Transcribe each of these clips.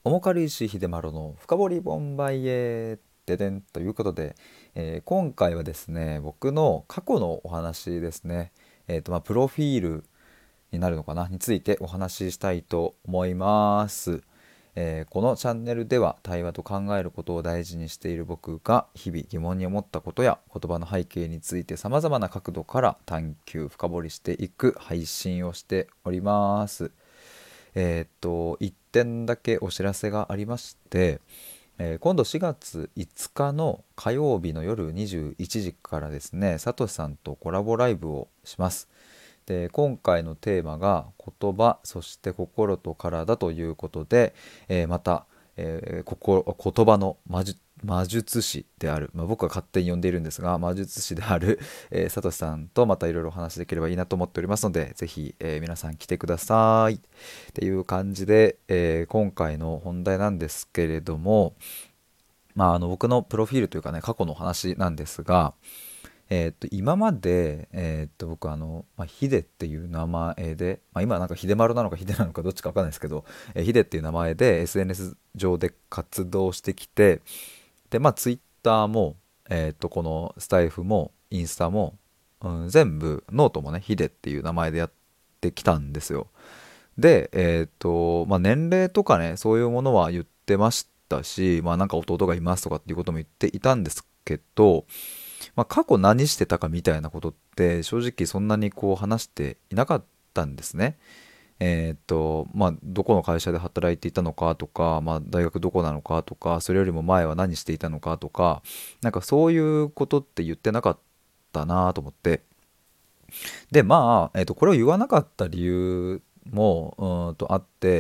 重軽石秀丸の深掘りボンバイエででんということで、今回はですね、僕の過去のお話ですね、プロフィールになるのかなについてお話ししたいと思います。このチャンネルでは対話と考えることを大事にしている僕が日々疑問に思ったことや言葉の背景について様々な角度から探求深掘りしていく配信をしております。1点だけお知らせがありまして、今度4月5日の火曜日の夜21時からですね、サトシさんとコラボライブをします。で、今回のテーマが言葉、そして心と体ということで、また、言葉の魔術師である、僕は勝手に呼んでいるんですが、魔術師である、サトシさんとまたいろいろお話しできればいいなと思っておりますので、ぜひ、皆さん来てくださいっていう感じで、今回の本題なんですけれども、僕のプロフィールというかね、過去の話なんですが、今まで、僕ヒデっていう名前で、今なんかヒデマルなのかヒデなのかどっちかわかんないですけど、ヒデっていう名前で SNS 上で活動してきて、で、ツイッターも、このスタイフもインスタも、全部ノートもね、ヒデっていう名前でやってきたんですよ。で、年齢とかね、そういうものは言ってましたし、なんか弟がいますとかっていうことも言っていたんですけど、過去何してたかみたいなことって正直そんなにこう話していなかったんですね。どこの会社で働いていたのかとか、大学どこなのかとか、それよりも前は何していたのかとか、なんかそういうことって言ってなかったなと思って。で、これを言わなかった理由もあって、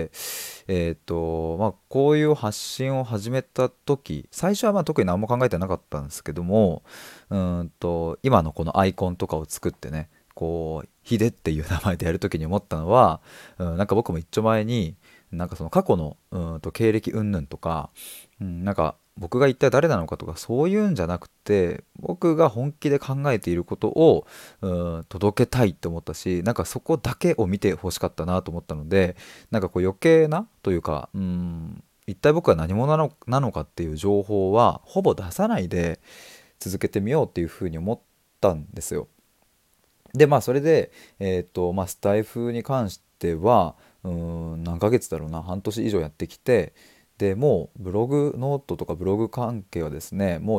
こういう発信を始めた時、最初は特に何も考えてなかったんですけども、今のこのアイコンとかを作ってね、こうヒデっていう名前でやる時に思ったのは、なんか僕も一丁前になんかその過去の経歴云々とか、なんか僕が一体誰なのかとかそういうんじゃなくて、僕が本気で考えていることを届けたいって思ったし、なんかそこだけを見てほしかったなと思ったので、なんかこう余計なというか、一体僕は何者なのかっていう情報はほぼ出さないで続けてみようっていうふうに思ったんですよ。で、それで、スタイフに関しては、何ヶ月だろうな、半年以上やってきて、で、もうブログ、ノートとかブログ関係はですね、もう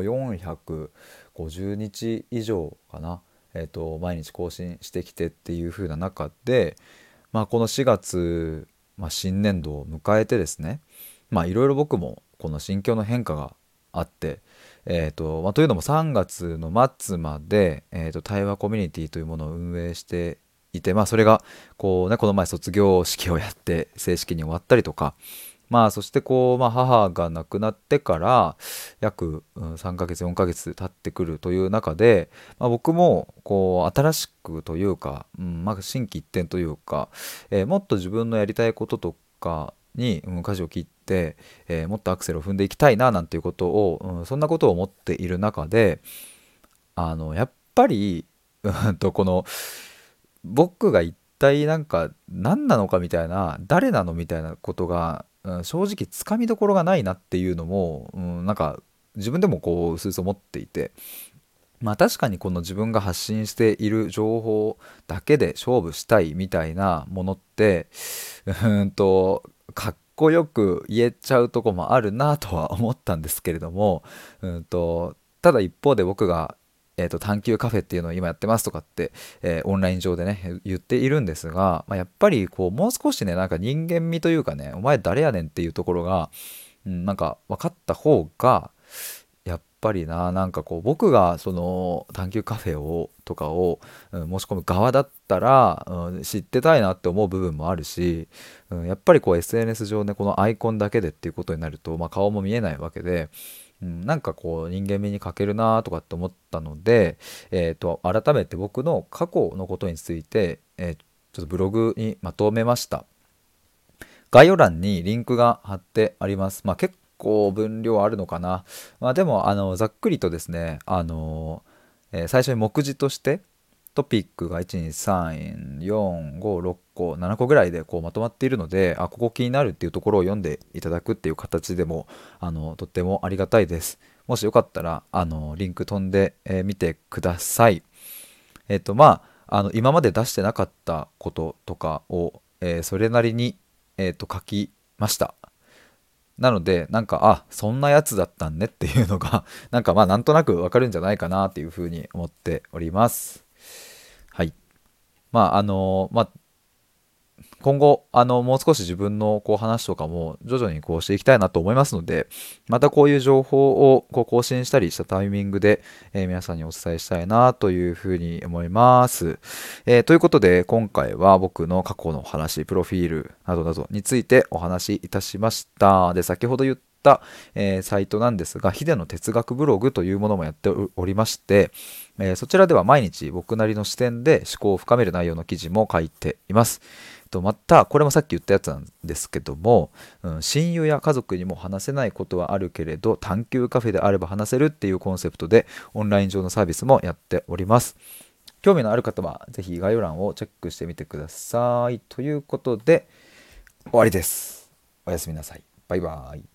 450日以上かな、毎日更新してきてっていう風な中で、この4月、新年度を迎えてですね、いろいろ僕もこの心境の変化があって、というのも3月の末まで、対話コミュニティというものを運営していて、それがこう、ね、この前卒業式をやって正式に終わったりとか、そしてこう、母が亡くなってから約3ヶ月4ヶ月経ってくるという中で、僕もこう新しくというか、心機一転というか、もっと自分のやりたいこととかに、舵を切って、もっとアクセルを踏んでいきたいななんていうことを、そんなことを思っている中で、やっぱりこの僕が一体なんか何なのかみたいな、誰なのみたいなことが、正直つかみどころがないなっていうのも、なんか自分でもこう薄々思っていて、確かにこの自分が発信している情報だけで勝負したいみたいなものって、かっこよく言えちゃうとこもあるなとは思ったんですけれども、ただ一方で僕が、探求カフェっていうのを今やってますとかって、オンライン上でね言っているんですが、やっぱりこうもう少しね、なんか人間味というかね、お前誰やねんっていうところが、なんか分かった方がやっぱりな、なんかこう僕がその探求カフェをとかを、申し込む側だったら、知ってたいなって思う部分もあるし、やっぱりこう SNS 上でこのアイコンだけでっていうことになると、顔も見えないわけで、なんかこう人間味に欠けるなとかって思ったので、改めて僕の過去のことについて、ちょっとブログにまとめました。概要欄にリンクが貼ってあります。結構分量あるのかな。でもざっくりとですね、最初に目次として、 トピックが1234567個7個ぐらいでこうまとまっているので、ここ気になるっていうところを読んでいただくっていう形でもとってもありがたいです。もしよかったらリンク飛んでみてください。今まで出してなかったこととかを、それなりに、書きました。なので、そんなやつだったんねっていうのがなんとなくわかるんじゃないかなっていうふうに思っております。はい。今後もう少し自分のこう話とかも徐々にこうしていきたいなと思いますので、またこういう情報をこう更新したりしたタイミングで、皆さんにお伝えしたいなというふうに思います。ということで今回は僕の過去の話、プロフィールなどなどについてお話しいたしました。で、先ほど言ったサイトなんですが、ヒデの哲学ブログというものもやっておりまして、そちらでは毎日僕なりの視点で思考を深める内容の記事も書いています。またこれもさっき言ったやつなんですけども、親友や家族にも話せないことはあるけれど探求カフェであれば話せるっていうコンセプトでオンライン上のサービスもやっております。興味のある方はぜひ概要欄をチェックしてみてください。ということで終わりです。おやすみなさい。バイバイ。